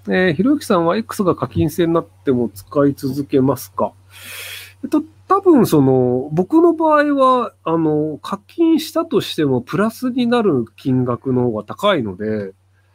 ひろゆきさんは X が課金制になっても使い続けますか？多分僕の場合は、課金したとしてもプラスになる金額の方が高いので、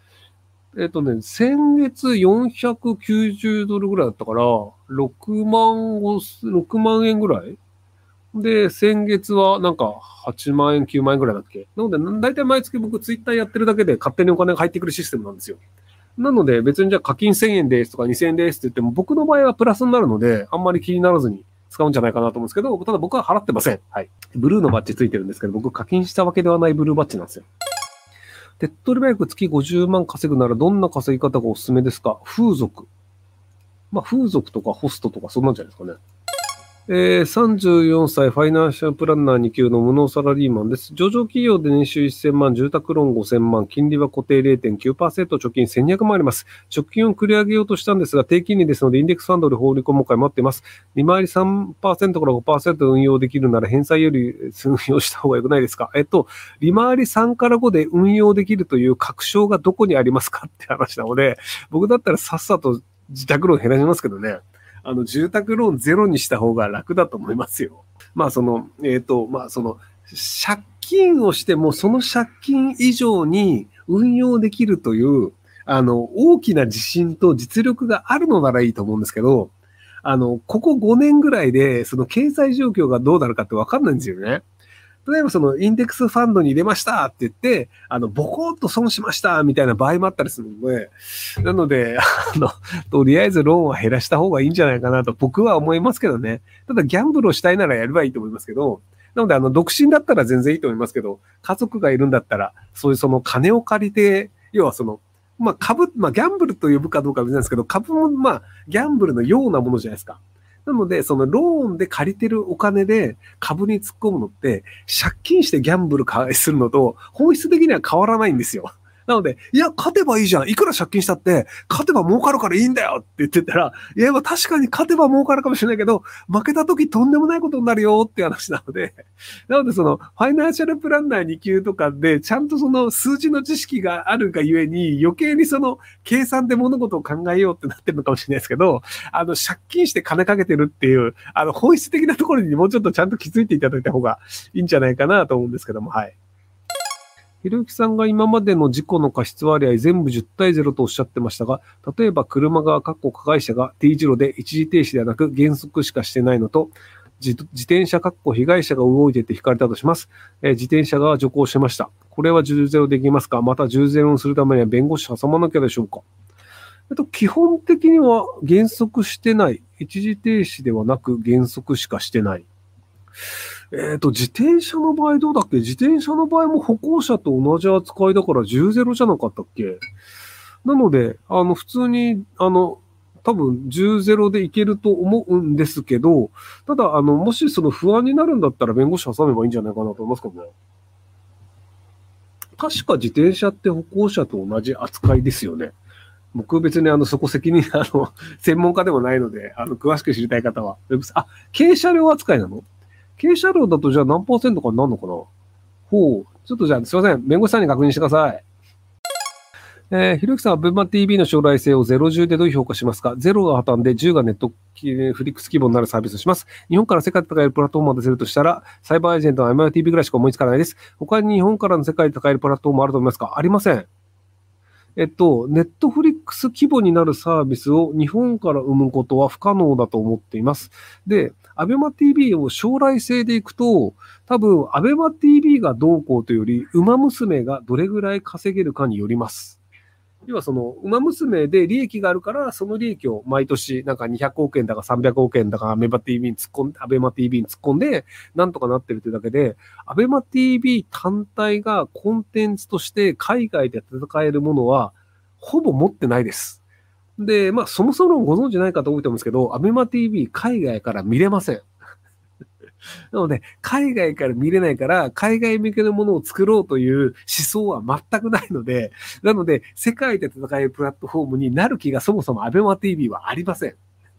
先月490ドルぐらいだったから、6万円ぐらいで、先月はなんか8万円、9万円ぐらいだっけ。なので、だいたい毎月僕ツイッターやってるだけで勝手にお金が入ってくるシステムなんですよ。なので、別にじゃあ課金1000円ですとか2000円ですって言っても、僕の場合はプラスになるので、あんまり気にならずに使うんじゃないかなと思うんですけど、ただ僕は払ってません。はい。ブルーのバッジついてるんですけど、僕課金したわけではないブルーバッジなんですよ。手っ取り早く月50万稼ぐならどんな稼ぎ方がおすすめですか？風俗。まあ、風俗とかホストとかそんなんじゃないですかね。34歳、ファイナンシャルプランナー2級の無能サラリーマンです。上場企業で年収1000万、住宅ローン5000万、金利は固定0.9%、貯金1200万あります。貯金を繰り上げようとしたんですが、低金利ですので、インデックスファンドで放り込む会待っています。利回り3%から5%運用できるなら、返済より運用した方が良くないですか？利回り3から5で運用できるという確証がどこにありますかって話なので、僕だったらさっさと自宅ローン減らしますけどね。住宅ローンゼロにした方が楽だと思いますよ。まあ、借金をしても、その借金以上に運用できるという、大きな自信と実力があるのならいいと思うんですけど、ここ5年ぐらいで、その経済状況がどうなるかってわかんないんですよね。例えばそのインデックスファンドに入れましたって言って、ボコッと損しましたみたいな場合もあったりするので、なので、とりあえずローンは減らした方がいいんじゃないかなと僕は思いますけどね。ただギャンブルをしたいならやればいいと思いますけど、なので独身だったら全然いいと思いますけど、家族がいるんだったら、そういうその金を借りて、要はまあギャンブルと呼ぶかどうかは別なんですけど、株もギャンブルのようなものじゃないですか。なので、そのローンで借りてるお金で株に突っ込むのって、借金してギャンブルするのと本質的には変わらないんですよ。なので、いや、勝てばいいじゃん。いくら借金したって、勝てば儲かるからいいんだよって言ってたら、いや、確かに勝てば儲かるかもしれないけど、負けた時とんでもないことになるよって話なので、なのでファイナンシャルプランナー2級とかで、ちゃんとその数字の知識があるがゆえに、余計に計算で物事を考えようってなってるのかもしれないですけど、借金して金かけてるっていう、本質的なところにもうちょっとちゃんと気づいていただいた方がいいんじゃないかなと思うんですけども、はい。ひろゆきさんが今までの事故の過失割合全部10対0とおっしゃってましたが、例えば車側、加害者が T 字路で一時停止ではなく減速しかしてないのと、自転車、被害者が動いていて引かれたとします。自転車が徐行しました。これは10ゼロできますか？また10ゼロにするためには弁護士挟まなきゃでしょうか？基本的には減速してない。一時停止ではなく減速しかしてない。自転車の場合どうだっけ？自転車の場合も歩行者と同じ扱いだから10ゼロじゃなかったっけ？なので、普通に、多分10ゼロでいけると思うんですけど、ただ、もしその不安になるんだったら弁護士挟めばいいんじゃないかなと思いますけどね。確か自転車って歩行者と同じ扱いですよね。僕別にそこ責任、専門家でもないので、詳しく知りたい方は。軽車両扱いなの？軽車両だとじゃあ何パーセントかになるのかな？ほう。ちょっとじゃあすいません。弁護士さんに確認してください。ひろゆきさんはブンマ TV の将来性を0、10でどういう評価しますか？0が破綻で10がネットフリックス規模になるサービスをします。日本から世界で使えるプラットフォームを出せるとしたら、サイバーエージェントの MITV ぐらいしか思いつかないです。他に日本からの世界で使えるプラットフォームあると思いますか？ありません。ネットフリックス規模になるサービスを日本から生むことは不可能だと思っています。で、アベマ TV を将来性でいくと、多分、アベマ TV がどうこうというより、ウマ娘がどれぐらい稼げるかによります。要はウマ娘で利益があるから、その利益を毎年なんか200億円だか300億円だかアベマ TV に突っ込んで、アベマ TV に突っ込んで、なんとかなってるというだけで、アベマ TV 単体がコンテンツとして海外で戦えるものは、ほぼ持ってないです。で、そもそもご存知ない方多いと思うんですけど、アベマ TV 海外から見れません。なので、海外から見れないから、海外向けのものを作ろうという思想は全くないので、なので、世界で戦えるプラットフォームになる気がそもそもアベマ TV はありません。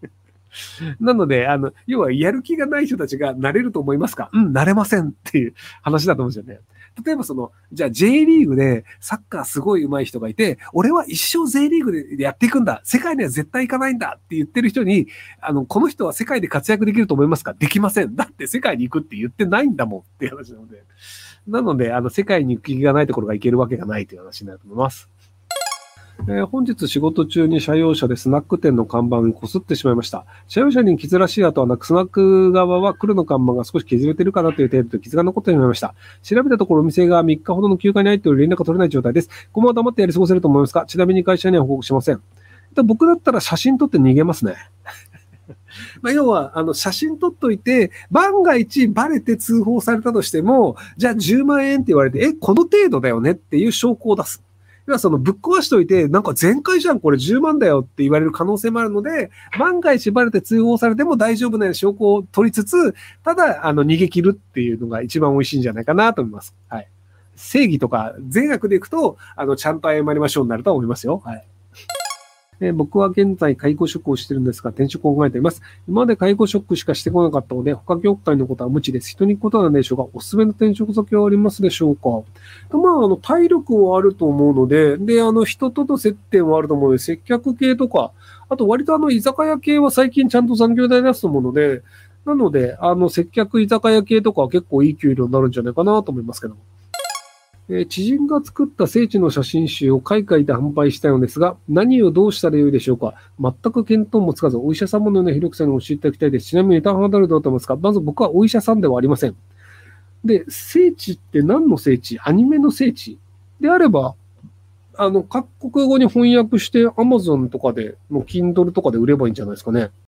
なので、要はやる気がない人たちがなれると思いますか？うん、なれませんっていう話だと思うんですよね。例えばじゃあ J リーグでサッカーすごい上手い人がいて、俺は一生 J リーグでやっていくんだ。世界には絶対行かないんだって言ってる人に、この人は世界で活躍できると思いますか？できません。だって世界に行くって言ってないんだもんっていう話なので。なので、世界に行く気がないところが行けるわけがないという話になると思います。本日仕事中に社用車でスナック店の看板に擦ってしまいました。社用車に傷らしい跡はなく、スナック側は黒の看板が少し削れているかなという程度で傷が残ってしまいました。調べたところ、お店が3日ほどの休暇に入っており連絡が取れない状態です。このまま黙ってやり過ごせると思いますか？ちなみに会社には報告しません。僕だったら写真撮って逃げますね。要は、写真撮っといて、万が一バレて通報されたとしても、じゃあ10万円って言われて、この程度だよねっていう証拠を出す。要はぶっ壊しといて、なんか全開じゃん、これ10万だよって言われる可能性もあるので、万が一バレて通報されても大丈夫な証拠を取りつつ、ただ、逃げ切るっていうのが一番美味しいんじゃないかなと思います。はい。正義とか善悪でいくと、ちゃんと謝りましょうになると思いますよ。はい。僕は現在介護職をしているんですが、転職を考えています。今まで介護職しかしてこなかったので、他業界のことは無知です。人に行くことなんでしょうか？おすすめの転職先はありますでしょうか？体力はあると思うので、人との接点はあると思うので、接客系とか、あと割と居酒屋系は最近ちゃんと残業代出すと思うので、なので、接客居酒屋系とかは結構いい給料になるんじゃないかなと思いますけども。知人が作った聖地の写真集を海外で販売したいのですが、何をどうしたらよいでしょうか？全く見当もつかず、お医者様のような広くさんに教えていただきたいです。ちなみにネタハードルどうと思いますか？まず僕はお医者さんではありません。で、聖地って何の聖地？アニメの聖地であれば、各国語に翻訳して Amazon とかで、Kindle とかで売ればいいんじゃないですかね。